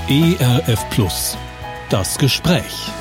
ERF Plus. Das Gespräch.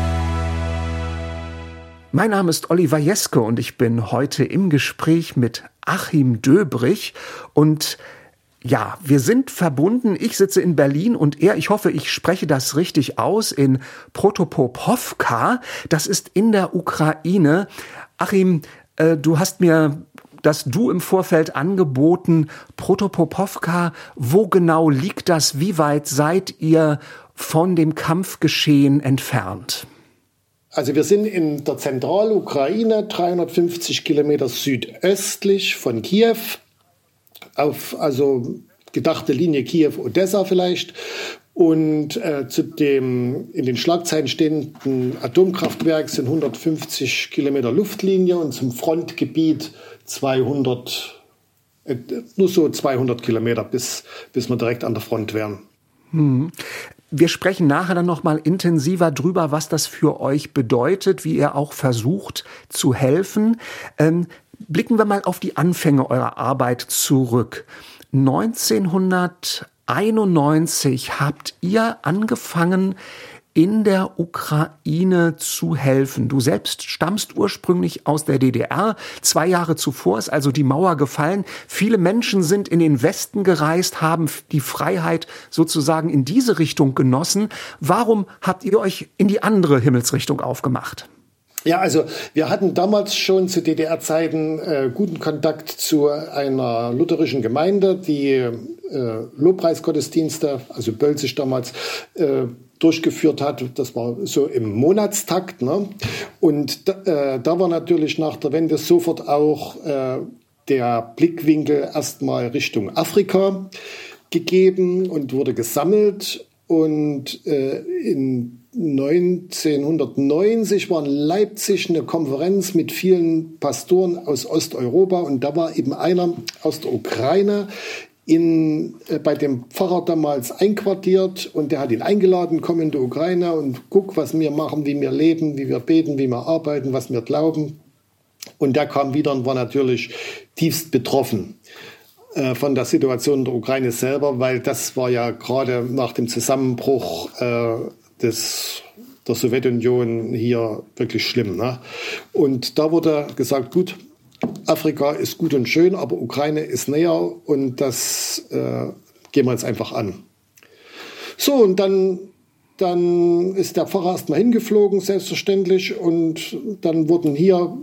Mein Name ist Oliver Jeske und ich bin heute im Gespräch mit Achim Döbrich. Und ja, wir sind verbunden. Ich sitze in Berlin und er, ich hoffe, ich spreche das richtig aus, in Protopopowka. Das ist in der Ukraine. Achim, du hast mir das Du im Vorfeld angeboten. Protopopowka, wo genau liegt das? Wie weit seid ihr von dem Kampfgeschehen entfernt? Also wir sind in der Zentralukraine, 350 Kilometer südöstlich von Kiew, auf also gedachte Linie Kiew-Odessa vielleicht. Und zu dem in den Schlagzeilen stehenden Atomkraftwerk sind 150 Kilometer Luftlinie und zum Frontgebiet 200 Kilometer, bis wir direkt an der Front wären. Wir sprechen nachher dann noch mal intensiver drüber, was das für euch bedeutet, wie ihr auch versucht zu helfen. Blicken wir mal auf die Anfänge eurer Arbeit zurück. 1991 habt ihr angefangen, in der Ukraine zu helfen. Du selbst stammst ursprünglich aus der DDR. 2 Jahre zuvor ist also die Mauer gefallen. Viele Menschen sind in den Westen gereist, haben die Freiheit sozusagen in diese Richtung genossen. Warum habt ihr euch in die andere Himmelsrichtung aufgemacht? Ja, also wir hatten damals schon zu DDR-Zeiten guten Kontakt zu einer lutherischen Gemeinde, die Lobpreisgottesdienste, also Bölzig damals, durchgeführt hat. Das war so im Monatstakt, ne? Und da war natürlich nach der Wende sofort auch der Blickwinkel erstmal Richtung Afrika gegeben und wurde gesammelt. Und in 1990 war in Leipzig eine Konferenz mit vielen Pastoren aus Osteuropa und da war eben einer aus der Ukraine bei dem Pfarrer damals einquartiert und der hat ihn eingeladen, komm in die Ukraine und guck, was wir machen, wie wir leben, wie wir beten, wie wir arbeiten, was wir glauben. Und der kam wieder und war natürlich tiefst betroffen von der Situation in der Ukraine selber, weil das war ja gerade nach dem Zusammenbruch der Sowjetunion hier wirklich schlimm, ne? Und da wurde gesagt, gut, Afrika ist gut und schön, aber Ukraine ist näher und das gehen wir jetzt einfach an. So, und dann ist der Pfarrer erstmal hingeflogen, selbstverständlich, und dann wurden hier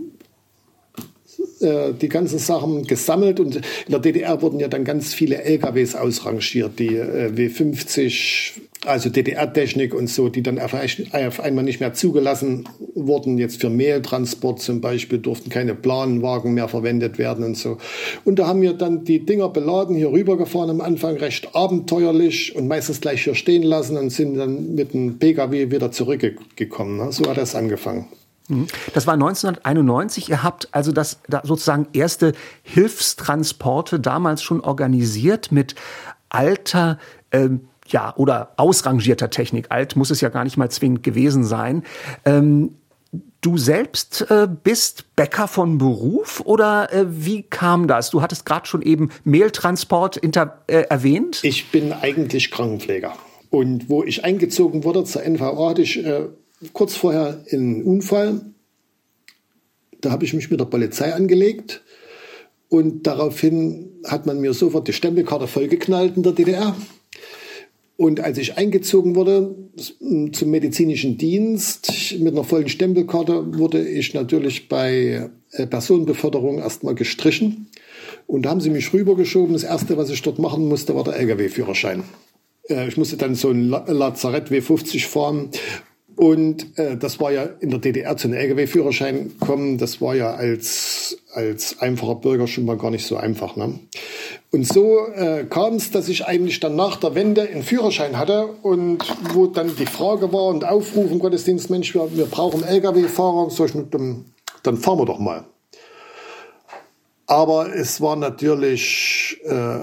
die ganzen Sachen gesammelt und in der DDR wurden ja dann ganz viele LKWs ausrangiert, die W50, also DDR-Technik und so, die dann auf einmal nicht mehr zugelassen wurden. Jetzt für Mehltransport zum Beispiel durften keine Planwagen mehr verwendet werden und so. Und da haben wir dann die Dinger beladen, hier rübergefahren, am Anfang recht abenteuerlich und meistens gleich hier stehen lassen und sind dann mit dem PKW wieder zurückgekommen. Ne? So hat das angefangen. Das war 1991. Ihr habt also das sozusagen erste Hilfstransporte damals schon organisiert mit alter oder ausrangierter Technik. Alt muss es ja gar nicht mal zwingend gewesen sein. Du selbst bist Bäcker von Beruf oder wie kam das? Du hattest gerade schon eben Mehltransport erwähnt. Ich bin eigentlich Krankenpfleger. Und wo ich eingezogen wurde zur NVA, hatte ich kurz vorher einen Unfall. Da habe ich mich mit der Polizei angelegt und daraufhin hat man mir sofort die Stempelkarte vollgeknallt in der DDR. Und als ich eingezogen wurde zum medizinischen Dienst mit einer vollen Stempelkarte, wurde ich natürlich bei Personenbeförderung erstmal gestrichen. Und da haben sie mich rübergeschoben. Das Erste, was ich dort machen musste, war der Lkw-Führerschein. Ich musste dann so ein Lazarett W50 fahren. Und das war ja in der DDR zu einem Lkw-Führerschein kommen, das war ja als einfacher Bürger schon mal gar nicht so einfach, ne? Und so kam es, dass ich eigentlich dann nach der Wende einen Führerschein hatte und wo dann die Frage war und Aufruf im Gottesdienst, Mensch, wir brauchen Lkw-Fahrer, dann fahren wir doch mal. Aber es war natürlich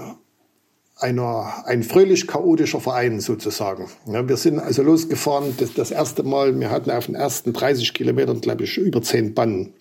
ein fröhlich chaotischer Verein sozusagen. Ja, wir sind also losgefahren, das erste Mal, wir hatten auf den ersten 30 Kilometern, glaube ich, über 10 Bannen.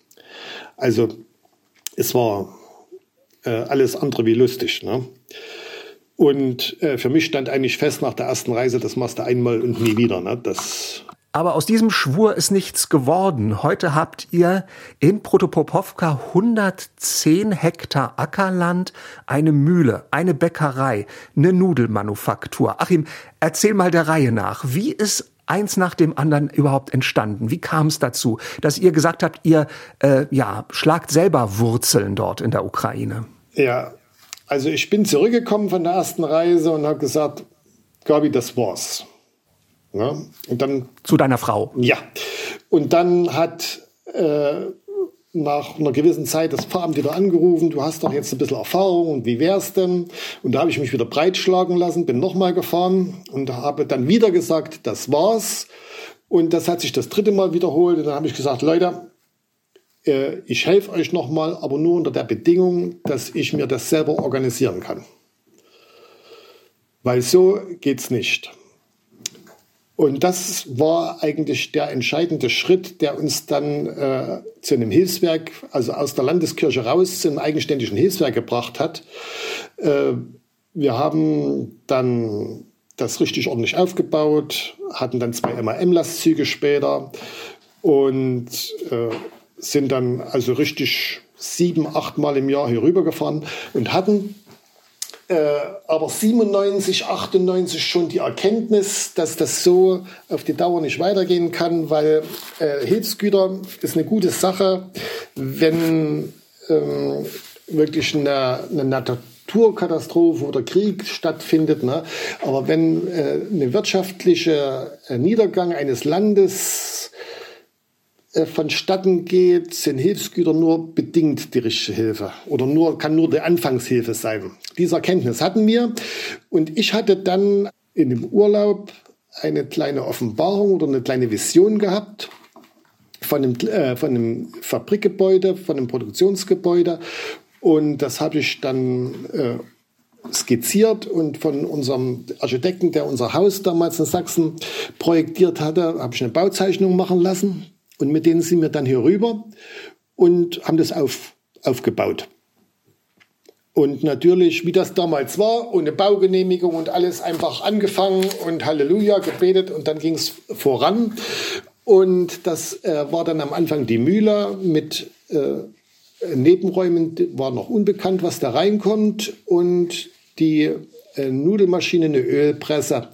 Also es war alles andere wie lustig, ne? Und für mich stand eigentlich fest nach der ersten Reise, das machst du einmal und nie wieder. Ne? Aber aus diesem Schwur ist nichts geworden. Heute habt ihr in Protopopowka 110 Hektar Ackerland, eine Mühle, eine Bäckerei, eine Nudelmanufaktur. Achim, erzähl mal der Reihe nach. Wie ist eins nach dem anderen überhaupt entstanden? Wie kam es dazu, dass ihr gesagt habt, ihr schlagt selber Wurzeln dort in der Ukraine? Ja, also ich bin zurückgekommen von der ersten Reise und habe gesagt, Gabi, das war's. Ja, und dann, zu deiner Frau? Ja. Und dann hat nach einer gewissen Zeit das Pfarramt wieder angerufen, du hast doch jetzt ein bisschen Erfahrung und wie wär's denn? Und da habe ich mich wieder breitschlagen lassen, bin nochmal gefahren und habe dann wieder gesagt, das war's. Und das hat sich das 3. Mal wiederholt. Und dann habe ich gesagt, Leute, ich helfe euch nochmal, aber nur unter der Bedingung, dass ich mir das selber organisieren kann. Weil so geht's nicht. Und das war eigentlich der entscheidende Schritt, der uns dann zu einem Hilfswerk, also aus der Landeskirche raus, zu einem eigenständigen Hilfswerk gebracht hat. Wir haben dann das richtig ordentlich aufgebaut, hatten dann 2 MAN-Lastzüge später und sind dann also richtig 7, 8 Mal im Jahr hier rübergefahren und hatten aber 97, 98 schon die Erkenntnis, dass das so auf die Dauer nicht weitergehen kann, weil Hilfsgüter ist eine gute Sache, wenn wirklich eine Naturkatastrophe oder Krieg stattfindet. Ne? Aber wenn eine wirtschaftliche Niedergang eines Landes vonstatten geht, sind Hilfsgüter nur bedingt die richtige Hilfe oder kann nur die Anfangshilfe sein. Diese Erkenntnis hatten wir und ich hatte dann in dem Urlaub eine kleine Offenbarung oder eine kleine Vision gehabt von einem Fabrikgebäude, von einem Produktionsgebäude und das habe ich dann skizziert und von unserem Architekten, der unser Haus damals in Sachsen projektiert hatte, habe ich eine Bauzeichnung machen lassen. Und mit denen sind wir dann hier rüber und haben das aufgebaut. Und natürlich, wie das damals war, ohne Baugenehmigung und alles einfach angefangen und Halleluja gebetet und dann ging es voran. Und das war dann am Anfang die Mühle mit Nebenräumen, war noch unbekannt, was da reinkommt. Und die Nudelmaschine, eine Ölpresse,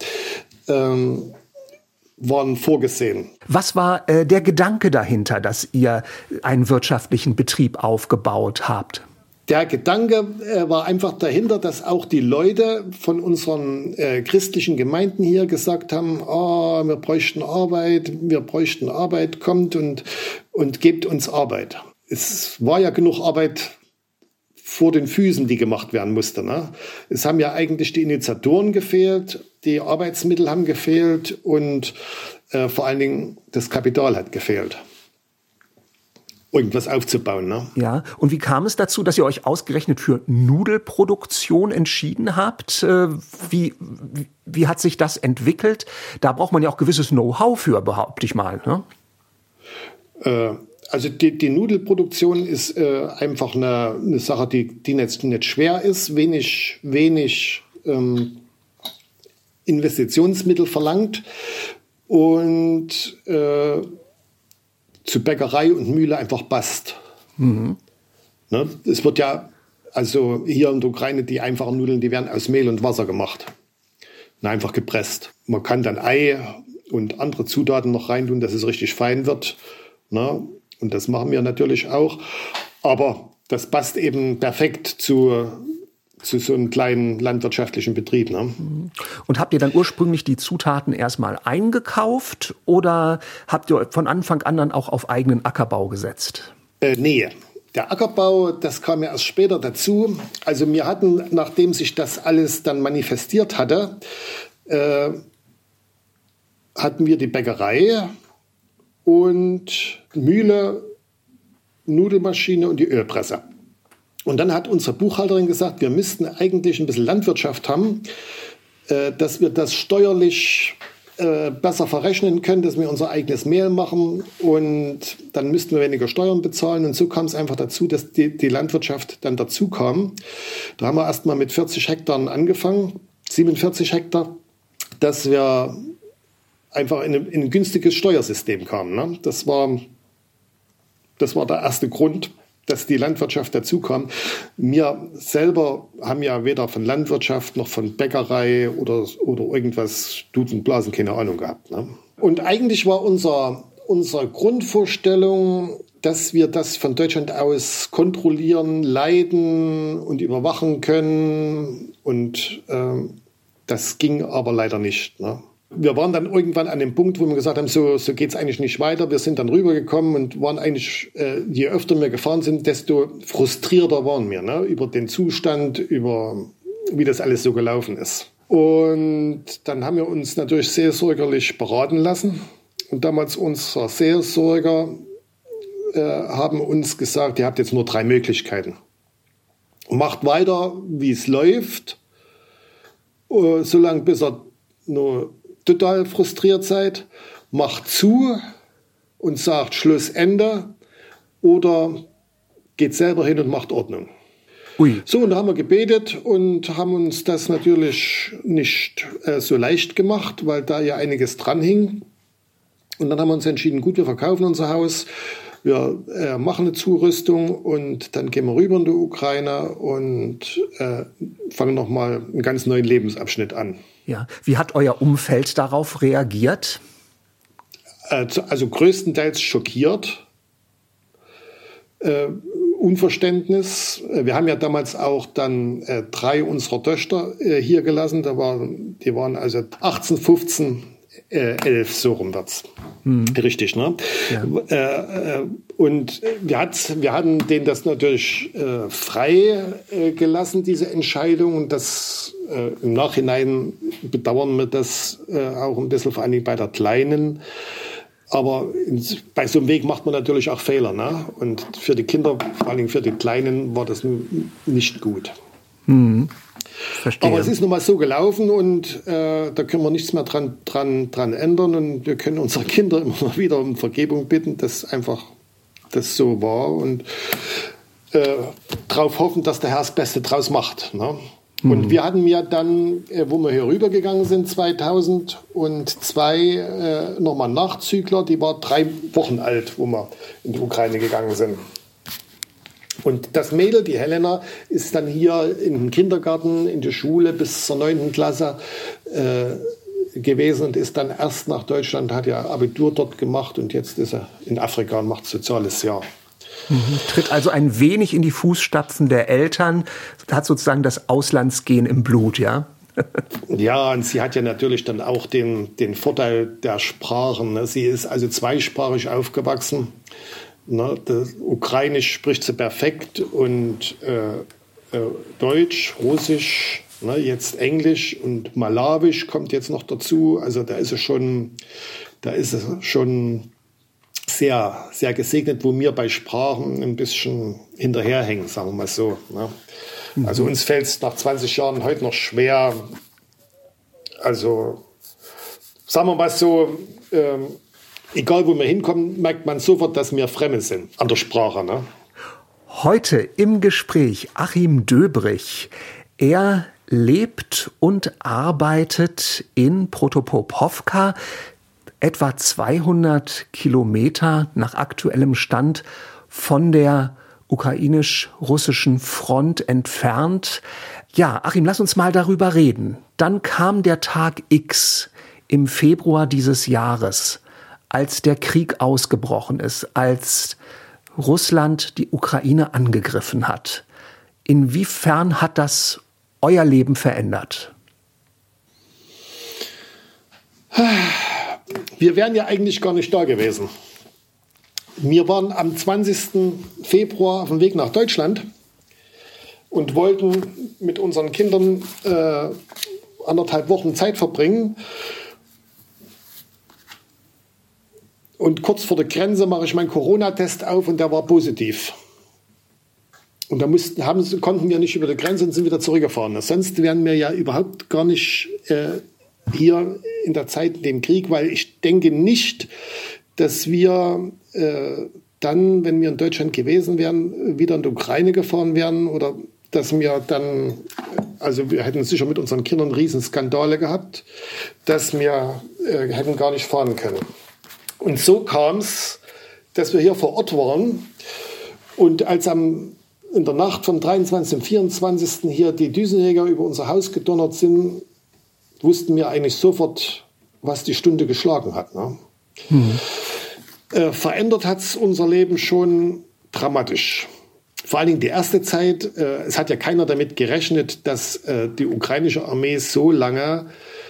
waren vorgesehen. Was war der Gedanke dahinter, dass ihr einen wirtschaftlichen Betrieb aufgebaut habt? Der Gedanke war einfach dahinter, dass auch die Leute von unseren christlichen Gemeinden hier gesagt haben, wir bräuchten Arbeit, kommt und gebt uns Arbeit. Es war ja genug Arbeit vor den Füßen, die gemacht werden musste. Ne? Es haben ja eigentlich die Initiatoren gefehlt, die Arbeitsmittel haben gefehlt und vor allen Dingen das Kapital hat gefehlt, irgendwas aufzubauen. Ne? Ja, und wie kam es dazu, dass ihr euch ausgerechnet für Nudelproduktion entschieden habt? Wie hat sich das entwickelt? Da braucht man ja auch gewisses Know-how für, behaupte ich mal. Ne? Also die Nudelproduktion ist einfach eine Sache, die nicht schwer ist, wenig Investitionsmittel verlangt und zu Bäckerei und Mühle einfach passt. Mhm. Ne? Es wird ja, also hier in der Ukraine, die einfachen Nudeln, die werden aus Mehl und Wasser gemacht. Und einfach gepresst. Man kann dann Ei und andere Zutaten noch reintun, dass es richtig fein wird. Ne? Und das machen wir natürlich auch. Aber das passt eben perfekt zu so einem kleinen landwirtschaftlichen Betrieb. Ne? Und habt ihr dann ursprünglich die Zutaten erstmal eingekauft oder habt ihr von Anfang an dann auch auf eigenen Ackerbau gesetzt? Nee, der Ackerbau, das kam ja erst später dazu. Also wir hatten, nachdem sich das alles dann manifestiert hatte, hatten wir die Bäckerei und Mühle, Nudelmaschine und die Ölpresse. Und dann hat unsere Buchhalterin gesagt, wir müssten eigentlich ein bisschen Landwirtschaft haben, dass wir das steuerlich besser verrechnen können, dass wir unser eigenes Mehl machen und dann müssten wir weniger Steuern bezahlen. Und so kam es einfach dazu, dass die Landwirtschaft dann dazu kam. Da haben wir erst mal mit 40 Hektar angefangen, 47 Hektar, dass wir einfach in ein günstiges Steuersystem kamen. Ne? Das war der erste Grund, dass die Landwirtschaft dazu kam. Wir selber haben ja weder von Landwirtschaft noch von Bäckerei oder irgendwas Duzen, Blasen, keine Ahnung gehabt. Ne? Und eigentlich war unsere Grundvorstellung, dass wir das von Deutschland aus kontrollieren, leiten und überwachen können. Und das ging aber leider nicht. Ne? Wir waren dann irgendwann an dem Punkt, wo wir gesagt haben, so geht es eigentlich nicht weiter. Wir sind dann rübergekommen und waren eigentlich, je öfter wir gefahren sind, desto frustrierter waren wir, ne? Über den Zustand, über wie das alles so gelaufen ist. Und dann haben wir uns natürlich seelsorgerlich beraten lassen. Und damals unser Seelsorger haben uns gesagt, ihr habt jetzt nur 3 Möglichkeiten. Macht weiter, wie es läuft, solange bis ihr nur total frustriert seid, macht zu und sagt Schluss, Ende, oder geht selber hin und macht Ordnung. Ui. So, und da haben wir gebetet und haben uns das natürlich nicht so leicht gemacht, weil da ja einiges dran hing. Und dann haben wir uns entschieden, gut, wir verkaufen unser Haus, wir machen eine Zurüstung und dann gehen wir rüber in die Ukraine und fangen nochmal einen ganz neuen Lebensabschnitt an. Ja. Wie hat euer Umfeld darauf reagiert? Also größtenteils schockiert, Unverständnis. Wir haben ja damals auch dann 3 unserer Töchter hier gelassen. Die waren also 18, 15, 11, so rum wird's. Richtig, ne? Ja. Und wir hatten denen das natürlich frei gelassen, diese Entscheidung. Und das im Nachhinein bedauern wir das auch ein bisschen, vor allem bei der Kleinen. Aber bei so einem Weg macht man natürlich auch Fehler. Ne? Und für die Kinder, vor allem für die Kleinen, war das nicht gut. Verstehe. Aber es ist nun mal so gelaufen und da können wir nichts mehr dran ändern. Und wir können unsere Kinder immer mal wieder um Vergebung bitten, dass einfach das so war. Und darauf hoffen, dass der Herr das Beste draus macht. Ne? Und wir hatten ja dann, wo wir hier rübergegangen sind, 2002, nochmal einen Nachzügler, die war 3 Wochen alt, wo wir in die Ukraine gegangen sind. Und das Mädel, die Helena, ist dann hier in den Kindergarten, in die Schule bis zur 9. Klasse gewesen und ist dann erst nach Deutschland, hat ja Abitur dort gemacht und jetzt ist er in Afrika und macht soziales Jahr. Tritt also ein wenig in die Fußstapfen der Eltern, hat sozusagen das Auslandsgehen im Blut, ja? Ja, und sie hat ja natürlich dann auch den Vorteil der Sprachen. Ne? Sie ist also zweisprachig aufgewachsen. Ne? Ukrainisch spricht sie perfekt und Deutsch, Russisch, ne? Jetzt Englisch und Malawisch kommt jetzt noch dazu. Also da ist es schon sehr, sehr gesegnet, wo wir bei Sprachen ein bisschen hinterherhängen, sagen wir mal so. Ne? Also uns fällt es nach 20 Jahren heute noch schwer. Also sagen wir mal so, egal wo wir hinkommen, merkt man sofort, dass wir Fremde sind an der Sprache. Ne? Heute im Gespräch Achim Döbrich. Er lebt und arbeitet in Protopopowka, etwa 200 Kilometer nach aktuellem Stand von der ukrainisch-russischen Front entfernt. Ja, Achim, lass uns mal darüber reden. Dann kam der Tag X im Februar dieses Jahres, als der Krieg ausgebrochen ist, als Russland die Ukraine angegriffen hat. Inwiefern hat das euer Leben verändert? Wir wären ja eigentlich gar nicht da gewesen. Wir waren am 20. Februar auf dem Weg nach Deutschland und wollten mit unseren Kindern 1,5 Wochen Zeit verbringen. Und kurz vor der Grenze mache ich meinen Corona-Test auf und der war positiv. Und da konnten wir nicht über die Grenze und sind wieder zurückgefahren. Sonst wären wir ja überhaupt gar nicht hier in der Zeit in dem Krieg, weil ich denke nicht, dass wir dann, wenn wir in Deutschland gewesen wären, wieder in die Ukraine gefahren wären oder dass wir dann, also wir hätten sicher mit unseren Kindern Riesenskandale gehabt, dass wir hätten gar nicht fahren können. Und so kam es, dass wir hier vor Ort waren und als in der Nacht vom 23. und 24. hier die Düsenjäger über unser Haus gedonnert sind, wussten wir eigentlich sofort, was die Stunde geschlagen hat. Ne? Verändert hat es unser Leben schon dramatisch. Vor allen Dingen die erste Zeit, es hat ja keiner damit gerechnet, dass die ukrainische Armee so lange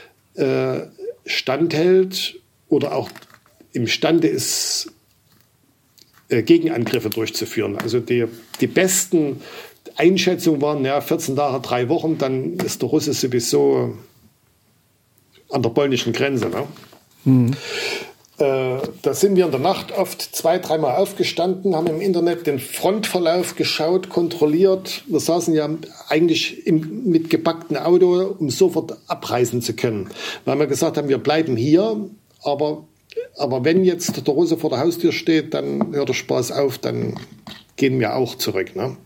standhält oder auch imstande ist, Gegenangriffe durchzuführen. Also die besten Einschätzungen waren, ja, 14 Tage, 3 Wochen, dann ist der Russe sowieso an der polnischen Grenze. Ne? Da sind wir in der Nacht oft 2-3 Mal aufgestanden, haben im Internet den Frontverlauf geschaut, kontrolliert. Wir saßen ja eigentlich mit gepacktem Auto, um sofort abreisen zu können. Weil wir gesagt haben, wir bleiben hier, aber wenn jetzt der Russe vor der Haustür steht, dann hört der Spaß auf, dann gehen wir auch zurück. Ne?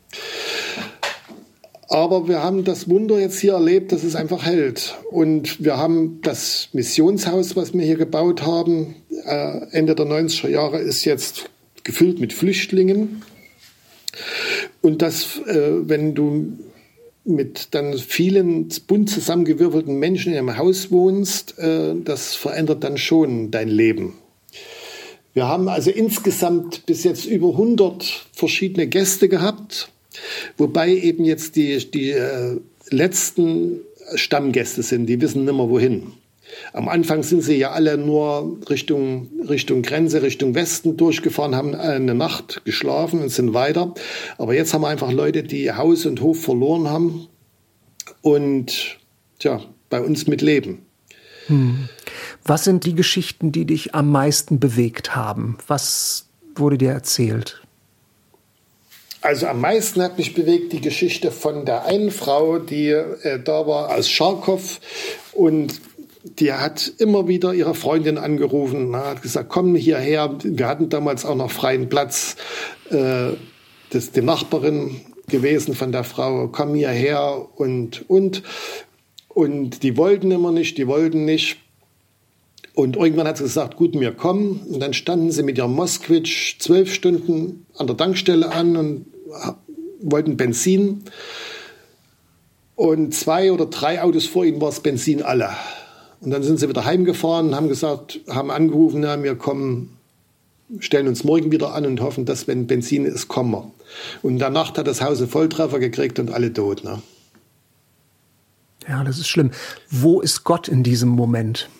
Aber wir haben das Wunder jetzt hier erlebt, dass es einfach hält. Und wir haben das Missionshaus, was wir hier gebaut haben, Ende der 90er Jahre, ist jetzt gefüllt mit Flüchtlingen. Und das, wenn du mit dann vielen bunt zusammengewürfelten Menschen in einem Haus wohnst, das verändert dann schon dein Leben. Wir haben also insgesamt bis jetzt über 100 verschiedene Gäste gehabt, wobei eben jetzt die letzten Stammgäste sind, die wissen nicht mehr wohin. Am Anfang sind sie ja alle nur Richtung Grenze, Richtung Westen durchgefahren, haben eine Nacht geschlafen und sind weiter. Aber jetzt haben wir einfach Leute, die Haus und Hof verloren haben und bei uns mitleben. Was sind die Geschichten, die dich am meisten bewegt haben? Was wurde dir erzählt? Also am meisten hat mich bewegt die Geschichte von der einen Frau, die da war aus Charkow und die hat immer wieder ihre Freundin angerufen, hat gesagt, komm hierher. Wir hatten damals auch noch freien Platz. Das ist die Nachbarin gewesen von der Frau, komm hierher und die wollten immer nicht, die wollten nicht. Und irgendwann hat sie gesagt, gut, wir kommen. Und dann standen sie mit ihrem Moskwitsch 12 Stunden an der Tankstelle an und wollten Benzin. Und 2 oder 3 Autos vor ihnen war das Benzin alle. Und dann sind sie wieder heimgefahren, haben angerufen, ja, wir kommen, stellen uns morgen wieder an und hoffen, dass, wenn Benzin ist, kommen wir. Und in der Nacht hat das Haus einen Volltreffer gekriegt und alle tot. Ne? Ja, das ist schlimm. Wo ist Gott in diesem Moment?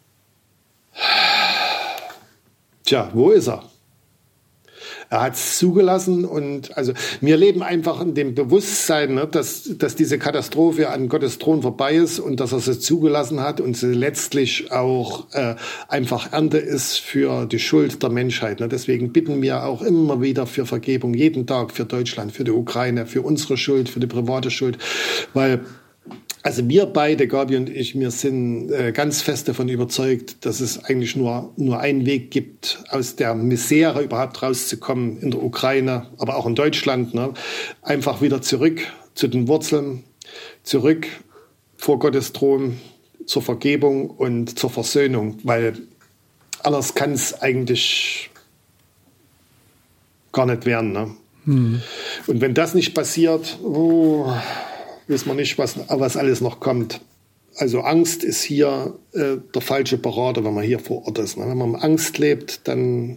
Tja, wo ist er? Er hat es zugelassen und also wir leben einfach in dem Bewusstsein, ne, dass diese Katastrophe an Gottes Thron vorbei ist und dass er sie zugelassen hat und sie letztlich auch einfach Ernte ist für die Schuld der Menschheit. Ne. Deswegen bitten wir auch immer wieder für Vergebung, jeden Tag für Deutschland, für die Ukraine, für unsere Schuld, für die private Schuld, weil also wir beide, Gabi und ich, wir sind ganz fest davon überzeugt, dass es eigentlich nur einen Weg gibt, aus der Misere überhaupt rauszukommen in der Ukraine, aber auch in Deutschland. Ne? Einfach wieder zurück zu den Wurzeln, zurück vor Gottes Thron zur Vergebung und zur Versöhnung, weil anders kann es eigentlich gar nicht werden. Ne? Und wenn das nicht passiert, wissen wir nicht, was alles noch kommt. Also Angst ist hier der falsche Berater, wenn man hier vor Ort ist. Ne? Wenn man mit Angst lebt, dann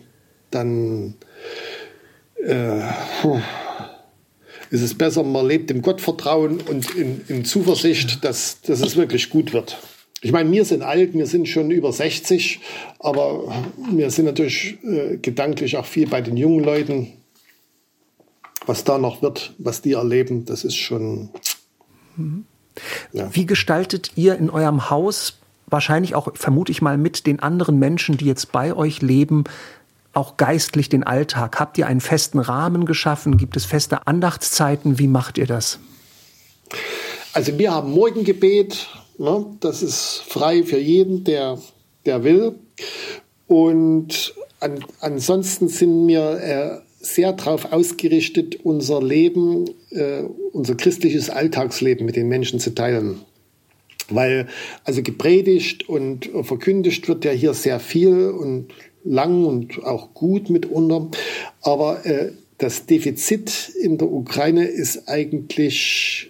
ist es besser, man lebt im Gottvertrauen und in Zuversicht, dass es wirklich gut wird. Ich meine, wir sind alt, wir sind schon über 60, aber wir sind natürlich gedanklich auch viel bei den jungen Leuten. Was da noch wird, was die erleben, das ist schon... Ja. Wie gestaltet ihr in eurem Haus, wahrscheinlich auch, vermute ich mal, mit den anderen Menschen, die jetzt bei euch leben, auch geistlich den Alltag? Habt ihr einen festen Rahmen geschaffen? Gibt es feste Andachtszeiten? Wie macht ihr das? Also wir haben Morgengebet Ne? Das ist frei für jeden, der will. Und ansonsten sind wir sehr darauf ausgerichtet, unser Leben, unser christliches Alltagsleben mit den Menschen zu teilen. Weil also gepredigt und verkündigt wird ja hier sehr viel und lang und auch gut mitunter. Aber das Defizit in der Ukraine ist eigentlich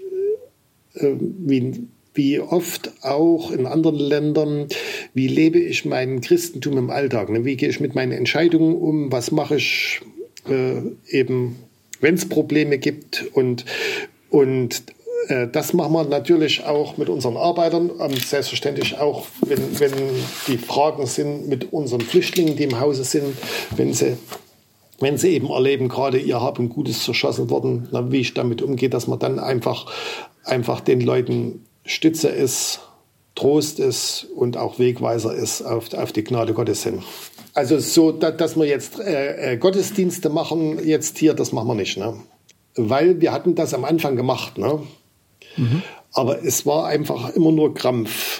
wie oft auch in anderen Ländern, wie lebe ich mein Christentum im Alltag? Ne? Wie gehe ich mit meinen Entscheidungen um? Was mache ich eben, wenn es Probleme gibt? Und das machen wir natürlich auch mit unseren Arbeitern, selbstverständlich auch, wenn die Fragen sind mit unseren Flüchtlingen, die im Hause sind, wenn sie eben erleben, gerade ihr Hab und Gut ist zerschossen worden, wie ich damit umgehe, dass man dann einfach den Leuten Stütze ist, Trost ist und auch Wegweiser ist auf die Gnade Gottes hin. Also so, dass wir jetzt Gottesdienste machen, jetzt hier, das machen wir nicht, ne? Weil wir hatten das am Anfang gemacht, ne? Mhm. Aber es war einfach immer nur Krampf.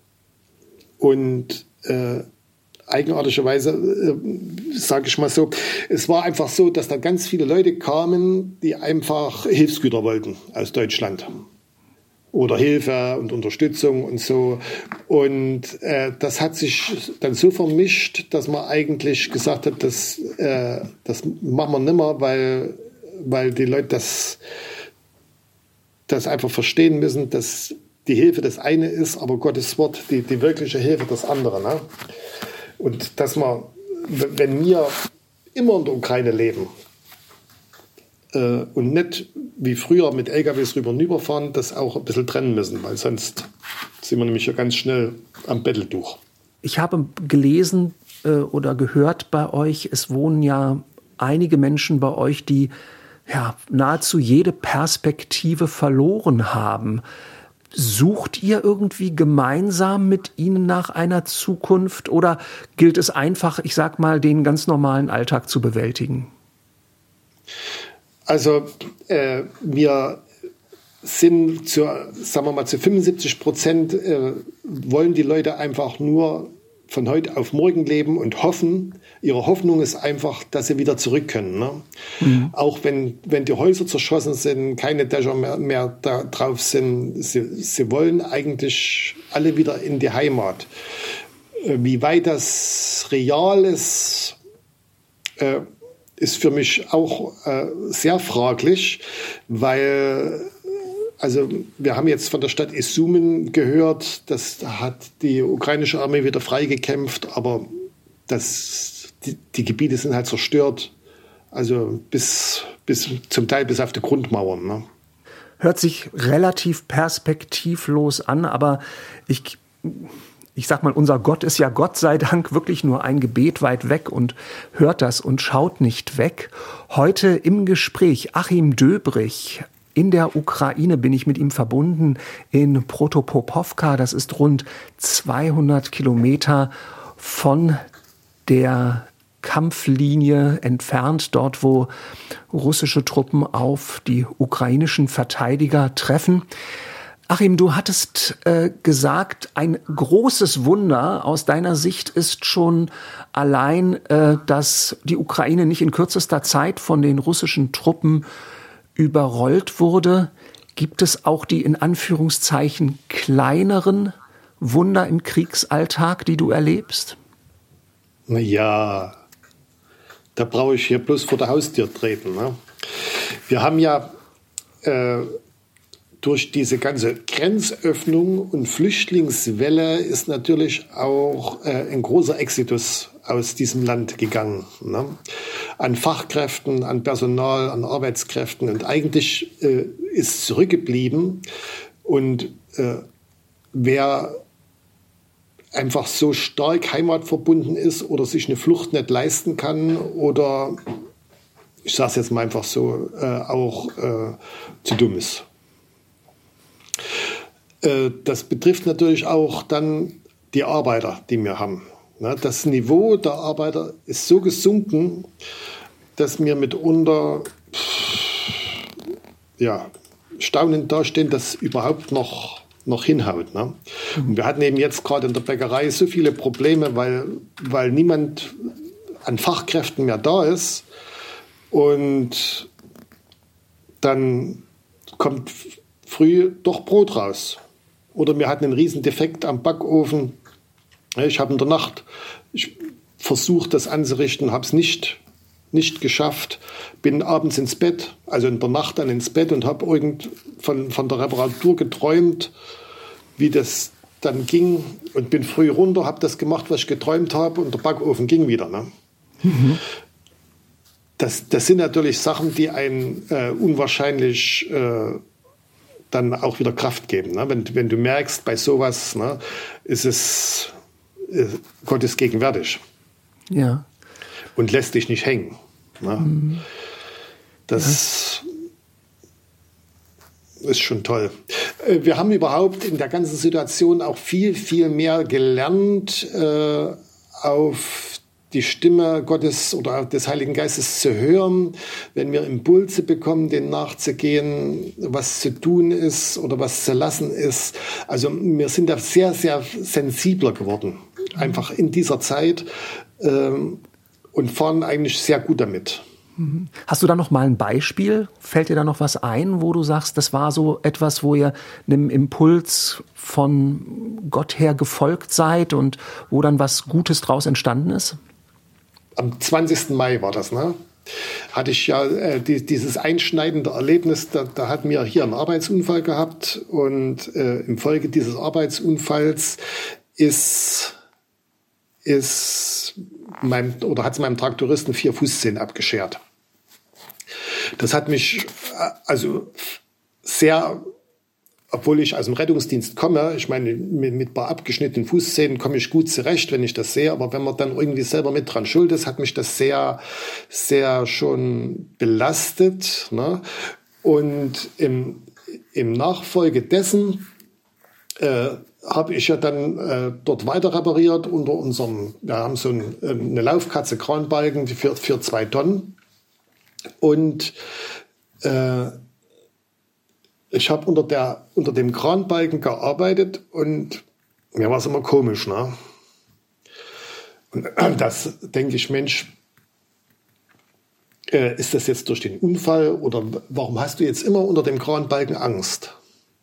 Und eigenartigerweise, sage ich mal so, es war einfach so, dass da ganz viele Leute kamen, die einfach Hilfsgüter wollten aus Deutschland. Oder Hilfe und Unterstützung und so. Und das hat sich dann so vermischt, dass man eigentlich gesagt hat, das machen wir nicht mehr, weil die Leute das einfach verstehen müssen, dass die Hilfe das eine ist, aber Gottes Wort die wirkliche Hilfe das andere. Ne? Und dass man, wenn wir immer in der Ukraine leben und nicht wie früher mit LKWs rüber und rüberfahren, das auch ein bisschen trennen müssen, weil sonst sind wir nämlich ja ganz schnell am Betteltuch. Ich habe gelesen oder gehört bei euch, es wohnen ja einige Menschen bei euch, die nahezu jede Perspektive verloren haben. Sucht ihr irgendwie gemeinsam mit ihnen nach einer Zukunft oder gilt es einfach, ich sag mal, den ganz normalen Alltag zu bewältigen? Also wir sind zu 75% wollen die Leute einfach nur von heute auf morgen leben und hoffen. Ihre Hoffnung ist einfach, dass sie wieder zurück können. Ne? Mhm. Auch wenn die Häuser zerschossen sind, keine Dächer mehr da drauf sind. Sie wollen eigentlich alle wieder in die Heimat. Wie weit das real ist, ist für mich auch sehr fraglich, weil also wir haben jetzt von der Stadt Izum gehört, das hat die ukrainische Armee wieder freigekämpft, aber die Gebiete sind halt zerstört, also bis zum Teil bis auf die Grundmauern. Ne? Hört sich relativ perspektivlos an, aber ich sag mal, unser Gott ist ja Gott sei Dank wirklich nur ein Gebet weit weg und hört das und schaut nicht weg. Heute im Gespräch Achim Döbrich. In der Ukraine bin ich mit ihm verbunden, in Protopopowka. Das ist rund 200 Kilometer von der Kampflinie entfernt, dort wo russische Truppen auf die ukrainischen Verteidiger treffen. Achim, du hattest gesagt, ein großes Wunder aus deiner Sicht ist schon allein, dass die Ukraine nicht in kürzester Zeit von den russischen Truppen überrollt wurde. Gibt es auch die in Anführungszeichen kleineren Wunder im Kriegsalltag, die du erlebst? Ja, da brauche ich hier bloß vor der Haustür treten. Ne? Wir haben ja durch diese ganze Grenzöffnung und Flüchtlingswelle ist natürlich auch ein großer Exodus aus diesem Land gegangen. Ne? An Fachkräften, an Personal, an Arbeitskräften. Und eigentlich ist zurückgeblieben. Und wer einfach so stark heimatverbunden ist oder sich eine Flucht nicht leisten kann oder, ich sage es jetzt mal einfach so, auch zu dumm ist. Das betrifft natürlich auch dann die Arbeiter, die wir haben. Das Niveau der Arbeiter ist so gesunken, dass wir mitunter staunend dastehen, dass überhaupt noch noch hinhaut. Ne? Und wir hatten eben jetzt gerade in der Bäckerei so viele Probleme, weil niemand an Fachkräften mehr da ist. Und dann kommt früh doch Brot raus. Oder wir hatten einen riesen Defekt am Backofen. Ich habe in der Nacht versucht, das anzurichten, habe es nicht geschafft. Bin abends ins Bett, also in der Nacht dann ins Bett und habe von der Reparatur geträumt, wie das dann ging. Und bin früh runter, habe das gemacht, was ich geträumt habe, und der Backofen ging wieder. Ne? Mhm. Das sind natürlich Sachen, die einen unwahrscheinlich dann auch wieder Kraft geben. Ne? Wenn du merkst, bei sowas, ne, ist es Gott ist gegenwärtig. Ja. Und lässt dich nicht hängen. Ne? Mhm. Das ist schon toll. Wir haben überhaupt in der ganzen Situation auch viel, viel mehr gelernt, auf die Stimme Gottes oder des Heiligen Geistes zu hören, wenn wir Impulse bekommen, denen nachzugehen, was zu tun ist oder was zu lassen ist. Also wir sind da sehr, sehr sensibler geworden, einfach in dieser Zeit, und fahren eigentlich sehr gut damit. Hast du da noch mal ein Beispiel? Fällt dir da noch was ein, wo du sagst, das war so etwas, wo ihr einem Impuls von Gott her gefolgt seid und wo dann was Gutes draus entstanden ist? Am 20. Mai war das, ne? Hatte ich ja dieses einschneidende Erlebnis, da hatten wir hier einen Arbeitsunfall gehabt, und infolge dieses Arbeitsunfalls hat es meinem Traktoristen 4 Fußzehen abgeschert. Das hat mich also sehr, obwohl ich aus dem Rettungsdienst komme, ich meine, mit ein paar abgeschnittenen Fußzähnen komme ich gut zurecht, wenn ich das sehe, aber wenn man dann irgendwie selber mit dran schuld ist, hat mich das sehr, sehr schon belastet. Ne? Und im Nachfolge dessen habe ich ja dann dort weiter repariert unter wir haben so eine Laufkatze Kranbalken für 2 Tonnen. Und ich habe unter dem Kranbalken gearbeitet, und mir war es immer komisch. Ne? Und das denke ich, Mensch, ist das jetzt durch den Unfall oder warum hast du jetzt immer unter dem Kranbalken Angst?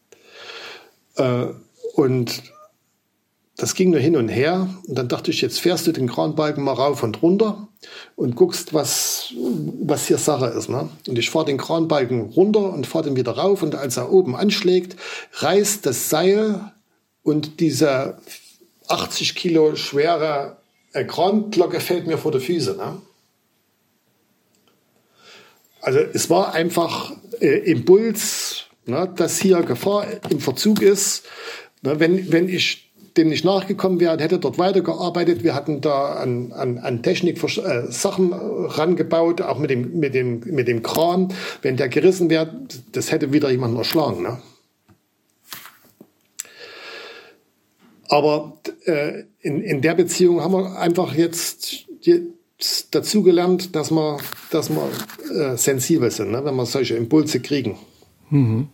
Und das ging nur hin und her. Und dann dachte ich, jetzt fährst du den Kranbalken mal rauf und runter und guckst, was hier Sache ist. Ne? Und ich fahre den Kranbalken runter und fahre den wieder rauf. Und als er oben anschlägt, reißt das Seil, und diese 80 Kilo schwere Kranglocke fällt mir vor die Füße. Ne? Also es war einfach Impuls, ne, dass hier Gefahr im Verzug ist. Ne, wenn ich dem nicht nachgekommen wäre, hätte dort weitergearbeitet. Wir hatten da an Technik Sachen rangebaut, auch mit dem Kran. Wenn der gerissen wäre, das hätte wieder jemand erschlagen. Ne? Aber in der Beziehung haben wir einfach jetzt dazu gelernt, dass wir sensibel sind, ne, wenn wir solche Impulse kriegen. Mhm.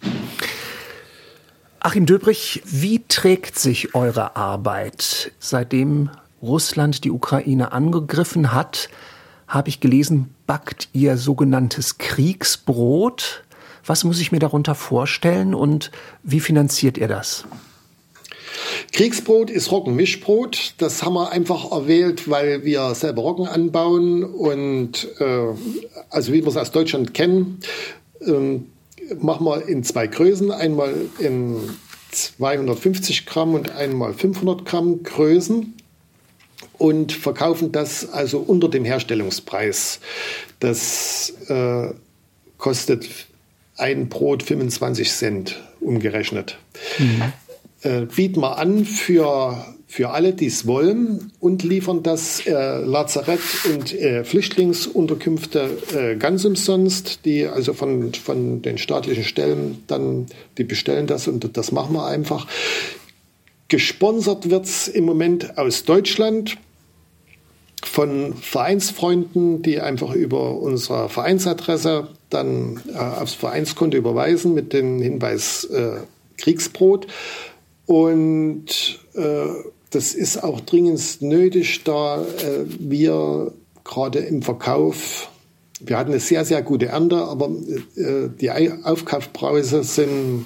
Achim Döbrich, wie trägt sich eure Arbeit? Seitdem Russland die Ukraine angegriffen hat, habe ich gelesen, backt ihr sogenanntes Kriegsbrot. Was muss ich mir darunter vorstellen und wie finanziert ihr das? Kriegsbrot ist Roggenmischbrot. Das haben wir einfach erwählt, weil wir selber Roggen anbauen und also wie wir es aus Deutschland kennen, machen wir in 2 Größen, einmal in 250 Gramm und einmal 500 Gramm Größen und verkaufen das also unter dem Herstellungspreis. Das kostet ein Brot 25 Cent umgerechnet. Mhm. Bieten wir an für alle, die es wollen, und liefern das Lazarett- und Flüchtlingsunterkünfte ganz umsonst, die also von den staatlichen Stellen dann, die bestellen das und das machen wir einfach. Gesponsert wird es im Moment aus Deutschland von Vereinsfreunden, die einfach über unsere Vereinsadresse dann aufs Vereinskonto überweisen mit dem Hinweis Kriegsbrot. Und das ist auch dringend nötig, da wir gerade im Verkauf, wir hatten eine sehr, sehr gute Ernte, aber die Aufkaufpreise sind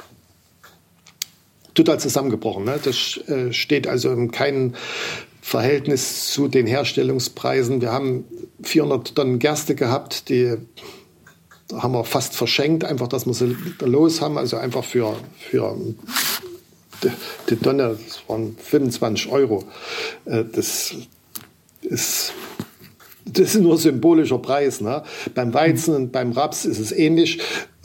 total zusammengebrochen. Ne? Das steht also in keinem Verhältnis zu den Herstellungspreisen. Wir haben 400 Tonnen Gerste gehabt, die haben wir fast verschenkt, einfach, dass wir sie los haben, also einfach für die Tonne, das waren 25 Euro. Das ist nur symbolischer Preis. Ne? Beim Weizen und beim Raps ist es ähnlich.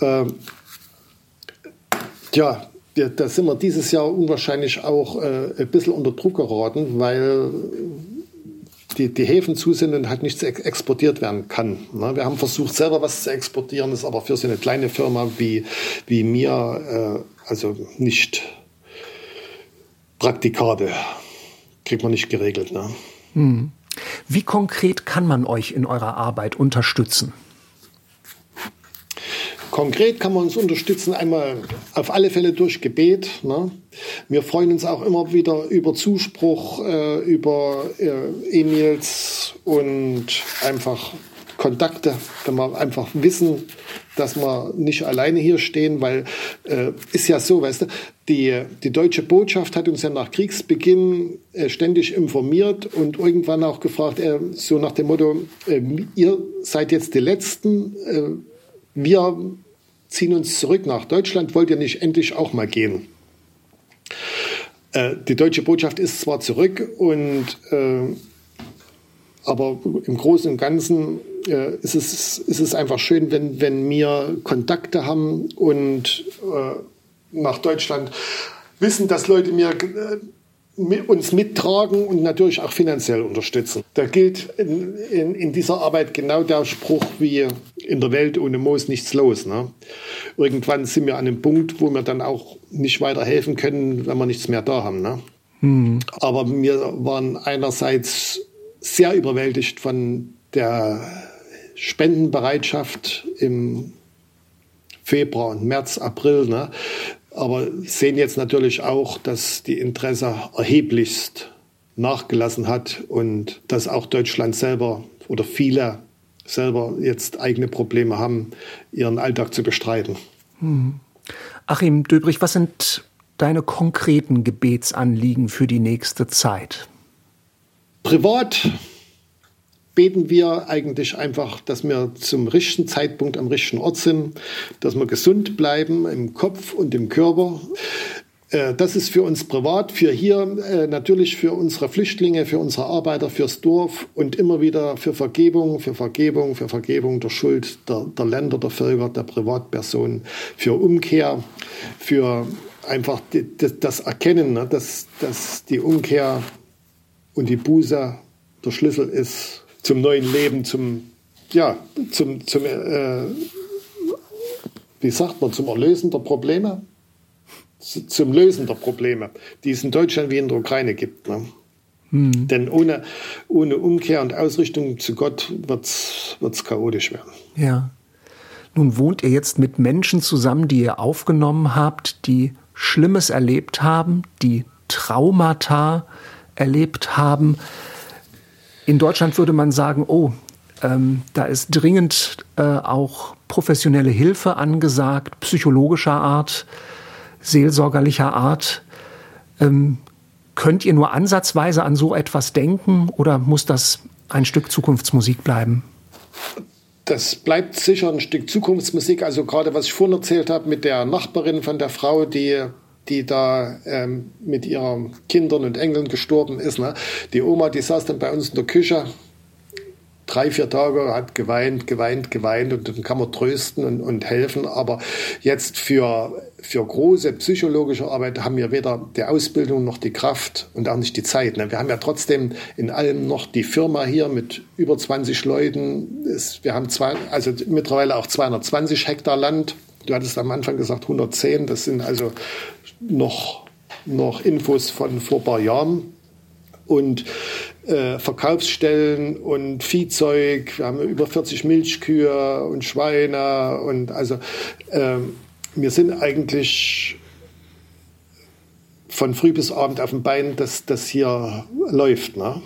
Da sind wir dieses Jahr unwahrscheinlich auch ein bisschen unter Druck geraten, weil die Häfen zu sind und halt nichts exportiert werden kann. Ne? Wir haben versucht, selber was zu exportieren, ist aber für so eine kleine Firma wie mir also nicht praktikabel. Kriegt man nicht geregelt. Ne? Wie konkret kann man euch in eurer Arbeit unterstützen? Konkret kann man uns unterstützen, einmal auf alle Fälle durch Gebet. Ne? Wir freuen uns auch immer wieder über Zuspruch, über E-Mails und einfach Kontakte, wenn wir einfach wissen, dass wir nicht alleine hier stehen, weil ist ja so, weißt du, die deutsche Botschaft hat uns ja nach Kriegsbeginn ständig informiert und irgendwann auch gefragt, so nach dem Motto, ihr seid jetzt die Letzten, wir ziehen uns zurück nach Deutschland, wollt ihr nicht endlich auch mal gehen? Die deutsche Botschaft ist zwar zurück, aber im Großen und Ganzen ist es einfach schön, wenn wir Kontakte haben und nach Deutschland wissen, dass Leute uns mittragen und natürlich auch finanziell unterstützen. Da gilt in dieser Arbeit genau der Spruch wie in der Welt ohne Moos nichts los. Ne? Irgendwann sind wir an einem Punkt, wo wir dann auch nicht weiter helfen können, wenn wir nichts mehr da haben. Ne? Aber wir waren einerseits sehr überwältigt von der Spendenbereitschaft im Februar und März, April, ne? Aber sehen jetzt natürlich auch, dass die Interesse erheblichst nachgelassen hat und dass auch Deutschland selber oder viele selber jetzt eigene Probleme haben, ihren Alltag zu bestreiten. Achim Döbrich, was sind deine konkreten Gebetsanliegen für die nächste Zeit? Privat beten wir eigentlich einfach, dass wir zum richtigen Zeitpunkt am richtigen Ort sind, dass wir gesund bleiben im Kopf und im Körper. Das ist für uns privat, für hier natürlich für unsere Flüchtlinge, für unsere Arbeiter, fürs Dorf und immer wieder für Vergebung der Schuld der Länder, der Völker, der Privatpersonen, für Umkehr, für einfach das Erkennen, ne, dass die Umkehr und die Buße der Schlüssel ist zum neuen Leben, wie sagt man, zum Erlösen der Probleme? Zum Lösen der Probleme, die es in Deutschland wie in der Ukraine gibt. Ne? Denn ohne Umkehr und Ausrichtung zu Gott wird's chaotisch werden. Ja. Nun wohnt ihr jetzt mit Menschen zusammen, die ihr aufgenommen habt, die Schlimmes erlebt haben, die Traumata erlebt haben. In Deutschland würde man sagen, da ist dringend auch professionelle Hilfe angesagt, psychologischer Art, seelsorgerlicher Art. Könnt ihr nur ansatzweise an so etwas denken oder muss das ein Stück Zukunftsmusik bleiben? Das bleibt sicher ein Stück Zukunftsmusik. Also gerade was ich vorhin erzählt habe mit der Nachbarin von der Frau, die da mit ihren Kindern und Enkeln gestorben ist. Ne? Die Oma, die saß dann bei uns in der Küche 3-4 Tage, hat geweint und dann kann man trösten und helfen. Aber jetzt für große psychologische Arbeit haben wir weder die Ausbildung noch die Kraft und auch nicht die Zeit. Ne? Wir haben ja trotzdem in allem noch die Firma hier mit über 20 Leuten. Wir haben mittlerweile auch 220 Hektar Land. Du hattest am Anfang gesagt 110. Das sind also noch Infos von vor ein paar Jahren. Und Verkaufsstellen und Viehzeug. Wir haben über 40 Milchkühe und Schweine. Und also wir sind eigentlich von früh bis abend auf dem Bein, dass das hier läuft. Ne?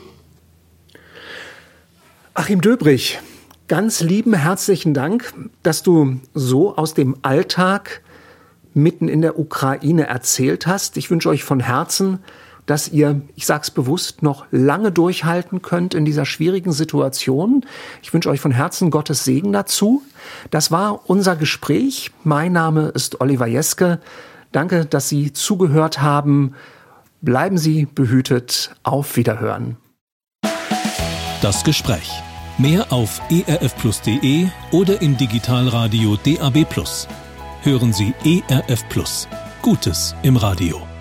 Achim Döbrich, ganz lieben herzlichen Dank, dass du so aus dem Alltag mitten in der Ukraine erzählt hast. Ich wünsche euch von Herzen, dass ihr, ich sage es bewusst, noch lange durchhalten könnt in dieser schwierigen Situation. Ich wünsche euch von Herzen Gottes Segen dazu. Das war unser Gespräch. Mein Name ist Oliver Jeske. Danke, dass Sie zugehört haben. Bleiben Sie behütet. Auf Wiederhören. Das Gespräch. Mehr auf erfplus.de oder im Digitalradio DAB+. Hören Sie ERF Plus. Gutes im Radio.